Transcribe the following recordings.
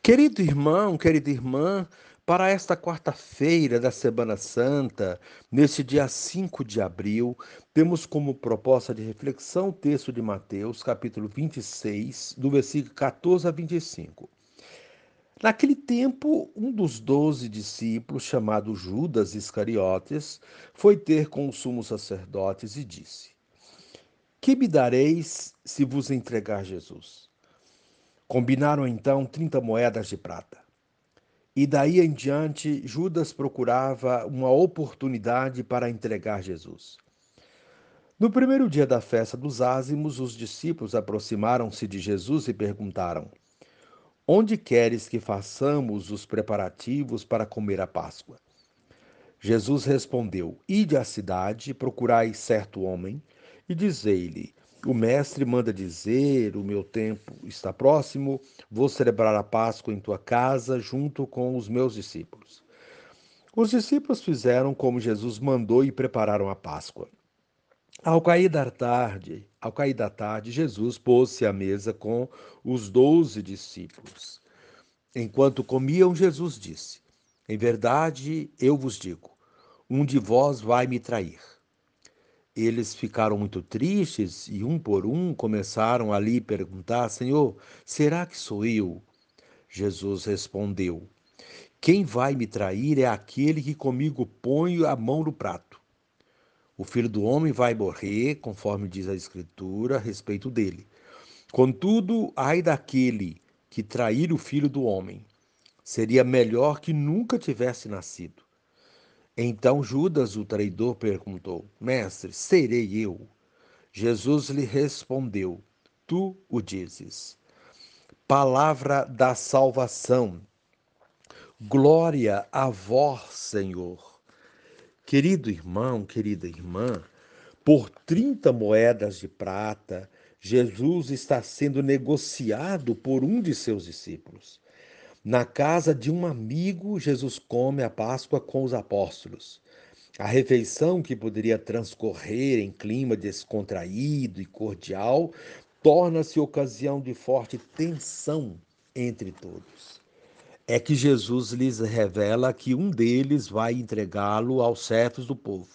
Querido irmão, querida irmã, para esta quarta-feira da Semana Santa, nesse dia 5 de abril, temos como proposta de reflexão o texto de Mateus, capítulo 26, do versículo 14 a 25. Naquele tempo, um dos 12 discípulos, chamado Judas Iscariotes, foi ter com os sumos sacerdotes e disse: Que me dareis se vos entregar Jesus? Combinaram então 30 moedas de prata. E daí em diante, Judas procurava uma oportunidade para entregar Jesus. No primeiro dia da festa dos ázimos, os discípulos aproximaram-se de Jesus e perguntaram: Onde queres que façamos os preparativos para comer a Páscoa? Jesus respondeu: Ide à cidade, procurai certo homem e dizei-lhe: O mestre manda dizer: O meu tempo está próximo, vou celebrar a Páscoa em tua casa junto com os meus discípulos. Os discípulos fizeram como Jesus mandou e prepararam a Páscoa. Ao cair da tarde, Jesus pôs-se à mesa com os 12 discípulos. Enquanto comiam, Jesus disse: Em verdade, eu vos digo, um de vós vai me trair. Eles ficaram muito tristes e, um por um, começaram a lhe perguntar: Senhor, será que sou eu? Jesus respondeu: Quem vai me trair é aquele que comigo põe a mão no prato. O filho do homem vai morrer, conforme diz a Escritura a respeito dele. Contudo, ai daquele que trair o filho do homem. Seria melhor que nunca tivesse nascido. Então Judas, o traidor, perguntou: Mestre, serei eu? Jesus lhe respondeu: Tu o dizes. Palavra da salvação. Glória a vós, Senhor. Querido irmão, querida irmã, por 30 moedas de prata, Jesus está sendo negociado por um de seus discípulos. Na casa de um amigo, Jesus come a Páscoa com os apóstolos. A refeição, que poderia transcorrer em clima descontraído e cordial, torna-se ocasião de forte tensão entre todos. É que Jesus lhes revela que um deles vai entregá-lo aos chefes do povo.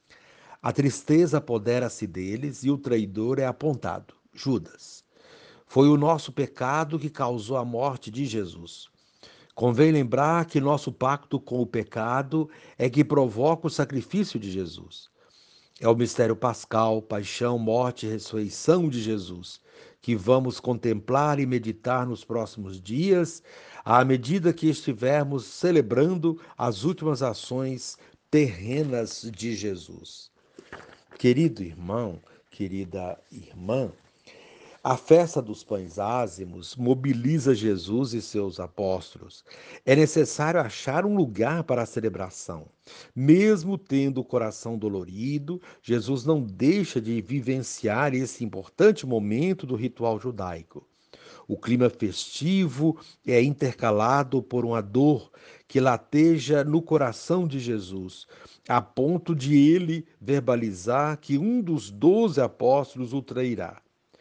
A tristeza apodera-se deles e o traidor é apontado, Judas. Foi o nosso pecado que causou a morte de Jesus. Convém lembrar que nosso pacto com o pecado é que provoca o sacrifício de Jesus. É o mistério pascal, paixão, morte e ressurreição de Jesus, que vamos contemplar e meditar nos próximos dias, à medida que estivermos celebrando as últimas ações terrenas de Jesus. Querido irmão, querida irmã, a festa dos pães ázimos mobiliza Jesus e seus apóstolos. É necessário achar um lugar para a celebração. Mesmo tendo o coração dolorido, Jesus não deixa de vivenciar esse importante momento do ritual judaico. O clima festivo é intercalado por uma dor que lateja no coração de Jesus, a ponto de ele verbalizar que um dos 12 apóstolos o trairá.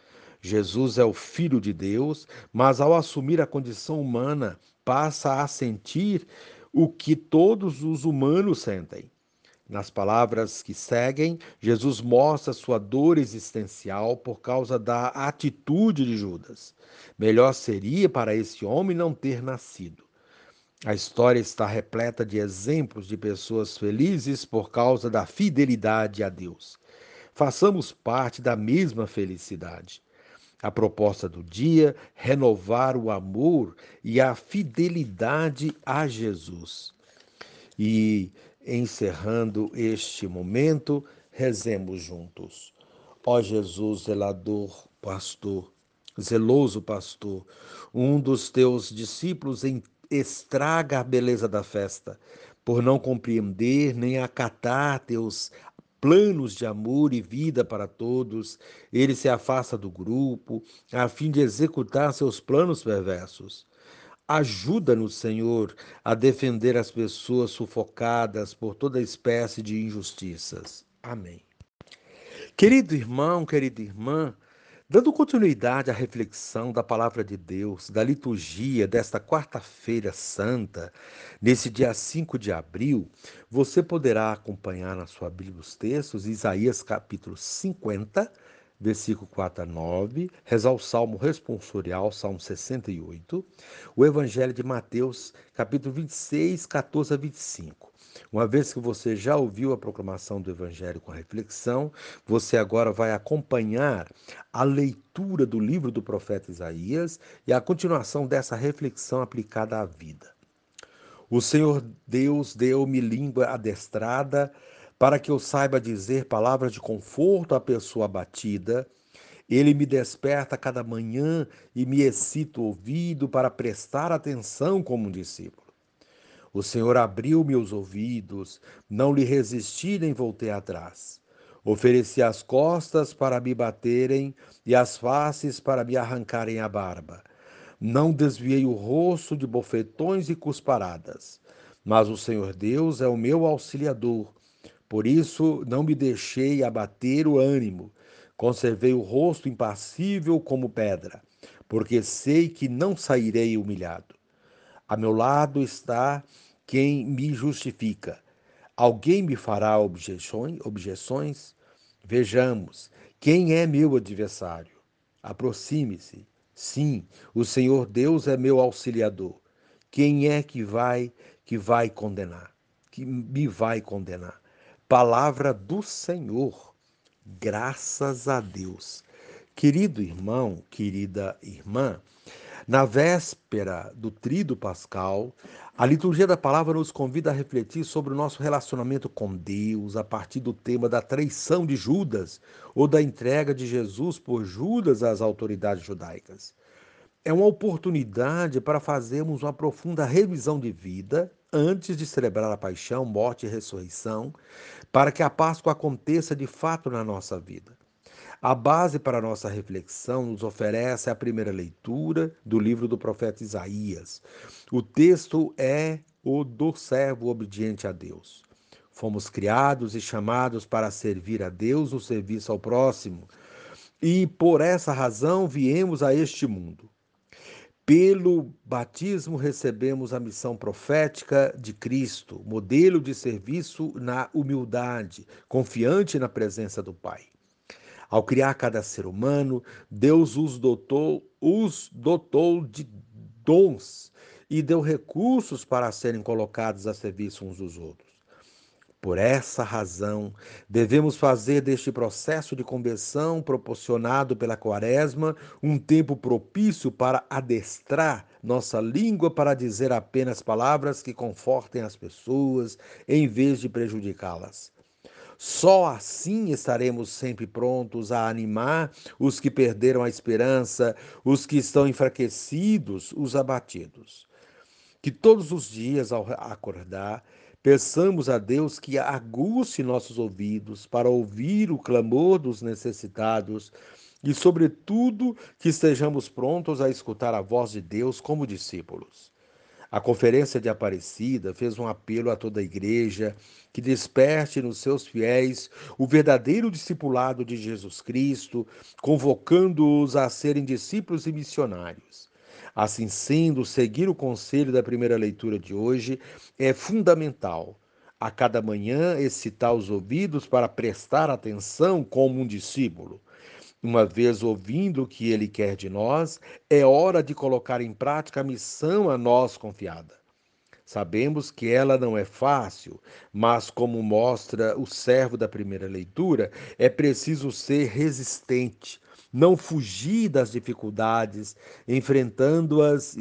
Jesus é o Filho de Deus, mas ao assumir a condição humana, passa a sentir o que todos os humanos sentem. Nas palavras que seguem, Jesus mostra sua dor existencial por causa da atitude de Judas. Melhor seria para esse homem não ter nascido. A história está repleta de exemplos de pessoas felizes por causa da fidelidade a Deus. Façamos parte da mesma felicidade. A proposta do dia: renovar o amor e a fidelidade a Jesus. E, encerrando este momento, rezemos juntos. Ó Jesus, zelador, pastor, zeloso pastor, um dos teus discípulos estraga a beleza da festa, por não compreender nem acatar teus planos de amor e vida para todos. Ele se afasta do grupo, a fim de executar seus planos perversos. Ajuda-nos, Senhor, a defender as pessoas sufocadas por toda espécie de injustiças. Amém. Querido irmão, querida irmã, Dando continuidade à reflexão da palavra de Deus, da liturgia desta quarta-feira santa, nesse dia 5 de abril, você poderá acompanhar na sua Bíblia os textos, Isaías capítulo 50, versículo 4 a 9, rezar o Salmo responsorial, Salmo 68, o Evangelho de Mateus, capítulo 26, 14 a 25. Uma vez que você já ouviu a proclamação do Evangelho com a reflexão, você agora vai acompanhar a leitura do livro do profeta Isaías e a continuação dessa reflexão aplicada à vida. O Senhor Deus deu-me língua adestrada para que eu saiba dizer palavras de conforto à pessoa abatida. Ele me desperta cada manhã e me excita o ouvido para prestar atenção como um discípulo. O Senhor abriu meus ouvidos, não lhe resisti nem voltei atrás. Ofereci as costas para me baterem e as faces para me arrancarem a barba. Não desviei o rosto de bofetões e cusparadas. Mas o Senhor Deus é o meu auxiliador. Por isso não me deixei abater o ânimo. Conservei o rosto impassível como pedra, porque sei que não sairei humilhado. A meu lado está quem me justifica. Alguém me fará objeções? Vejamos, quem é meu adversário? Aproxime-se. Sim, o Senhor Deus é meu auxiliador. Quem é que vai condenar? Que me vai condenar? Palavra do Senhor. Graças a Deus. Querido irmão, querida irmã, na véspera do Tríduo Pascal, a liturgia da palavra nos convida a refletir sobre o nosso relacionamento com Deus a partir do tema da traição de Judas ou da entrega de Jesus por Judas às autoridades judaicas. É uma oportunidade para fazermos uma profunda revisão de vida antes de celebrar a paixão, morte e ressurreição, para que a Páscoa aconteça de fato na nossa vida. A base para a nossa reflexão nos oferece a primeira leitura do livro do profeta Isaías. O texto é o do servo obediente a Deus. Fomos criados e chamados para servir a Deus no serviço ao próximo, e por essa razão viemos a este mundo. Pelo batismo recebemos a missão profética de Cristo, modelo de serviço na humildade, confiante na presença do Pai. Ao criar cada ser humano, Deus os dotou de dons e deu recursos para serem colocados a serviço uns dos outros. Por essa razão, devemos fazer deste processo de conversão proporcionado pela Quaresma um tempo propício para adestrar nossa língua para dizer apenas palavras que confortem as pessoas em vez de prejudicá-las. Só assim estaremos sempre prontos a animar os que perderam a esperança, os que estão enfraquecidos, os abatidos. Que todos os dias, ao acordar, peçamos a Deus que aguce nossos ouvidos para ouvir o clamor dos necessitados e, sobretudo, que estejamos prontos a escutar a voz de Deus como discípulos. A Conferência de Aparecida fez um apelo a toda a igreja que desperte nos seus fiéis o verdadeiro discipulado de Jesus Cristo, convocando-os a serem discípulos e missionários. Assim sendo, seguir o conselho da primeira leitura de hoje é fundamental. A cada manhã, excitar os ouvidos para prestar atenção como um discípulo. Uma vez ouvindo o que ele quer de nós, é hora de colocar em prática a missão a nós confiada. Sabemos que ela não é fácil, mas, como mostra o servo da primeira leitura, é preciso ser resistente, não fugir das dificuldades, enfrentando-as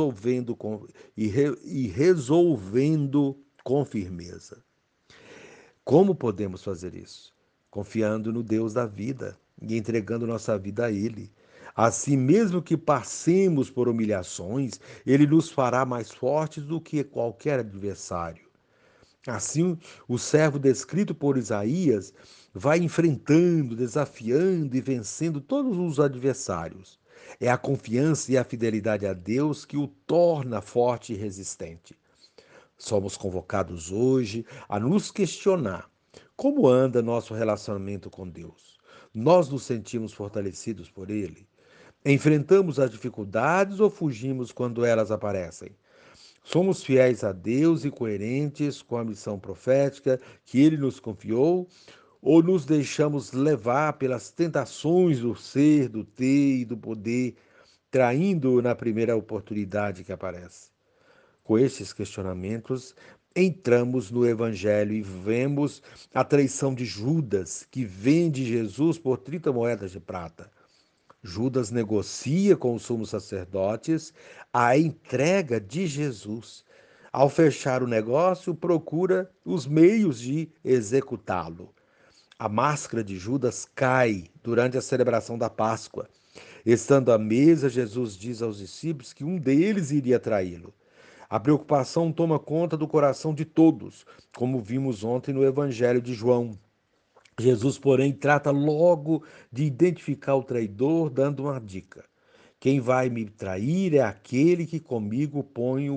e resolvendo com firmeza. Como podemos fazer isso? Confiando no Deus da vida e entregando nossa vida a Ele. Assim, mesmo que passemos por humilhações, Ele nos fará mais fortes do que qualquer adversário. Assim, o servo descrito por Isaías vai enfrentando, desafiando e vencendo todos os adversários. É a confiança e a fidelidade a Deus que o torna forte e resistente. Somos convocados hoje a nos questionar como anda nosso relacionamento com Deus. Nós nos sentimos fortalecidos por Ele? Enfrentamos as dificuldades ou fugimos quando elas aparecem? Somos fiéis a Deus e coerentes com a missão profética que Ele nos confiou? Ou nos deixamos levar pelas tentações do ser, do ter e do poder, traindo na primeira oportunidade que aparece? Com estes questionamentos, entramos no Evangelho e vemos a traição de Judas, que vende Jesus por 30 moedas de prata. Judas negocia com os sumos sacerdotes a entrega de Jesus. Ao fechar o negócio, procura os meios de executá-lo. A máscara de Judas cai durante a celebração da Páscoa. Estando à mesa, Jesus diz aos discípulos que um deles iria traí-lo. A preocupação toma conta do coração de todos, como vimos ontem no Evangelho de João. Jesus, porém, trata logo de identificar o traidor, dando uma dica. Quem vai me trair é aquele que comigo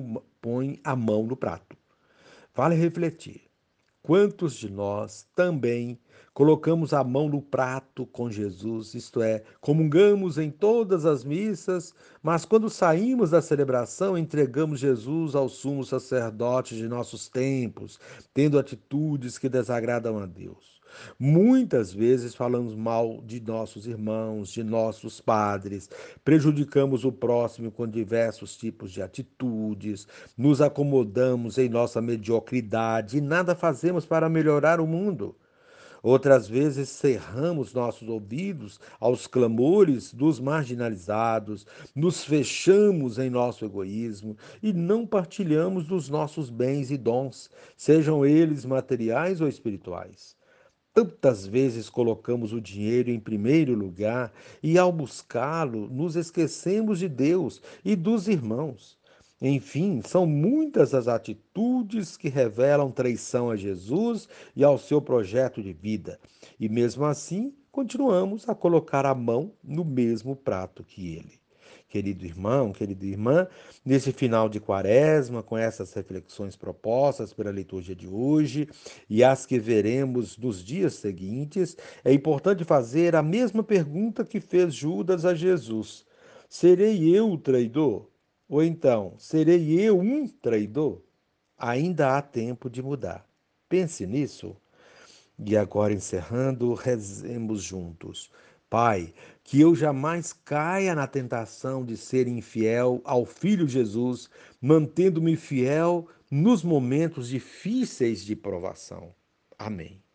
põe a mão no prato. Vale refletir. Quantos de nós também colocamos a mão no prato com Jesus, isto é, comungamos em todas as missas, mas quando saímos da celebração, entregamos Jesus ao sumo sacerdote de nossos tempos, tendo atitudes que desagradam a Deus. Muitas vezes falamos mal de nossos irmãos, de nossos padres, prejudicamos o próximo com diversos tipos de atitudes, nos acomodamos em nossa mediocridade e nada fazemos para melhorar o mundo. Outras vezes cerramos nossos ouvidos aos clamores dos marginalizados, nos fechamos em nosso egoísmo e não partilhamos dos nossos bens e dons, sejam eles materiais ou espirituais. Tantas vezes colocamos o dinheiro em primeiro lugar e, ao buscá-lo, nos esquecemos de Deus e dos irmãos. Enfim, são muitas as atitudes que revelam traição a Jesus e ao seu projeto de vida. E mesmo assim, continuamos a colocar a mão no mesmo prato que ele. Querido irmão, querida irmã, nesse final de quaresma, com essas reflexões propostas pela liturgia de hoje e as que veremos nos dias seguintes, é importante fazer a mesma pergunta que fez Judas a Jesus: serei eu o traidor? Ou então, serei eu um traidor? Ainda há tempo de mudar. Pense nisso. E agora, encerrando, rezemos juntos. Pai, que eu jamais caia na tentação de ser infiel ao Filho Jesus, mantendo-me fiel nos momentos difíceis de provação. Amém.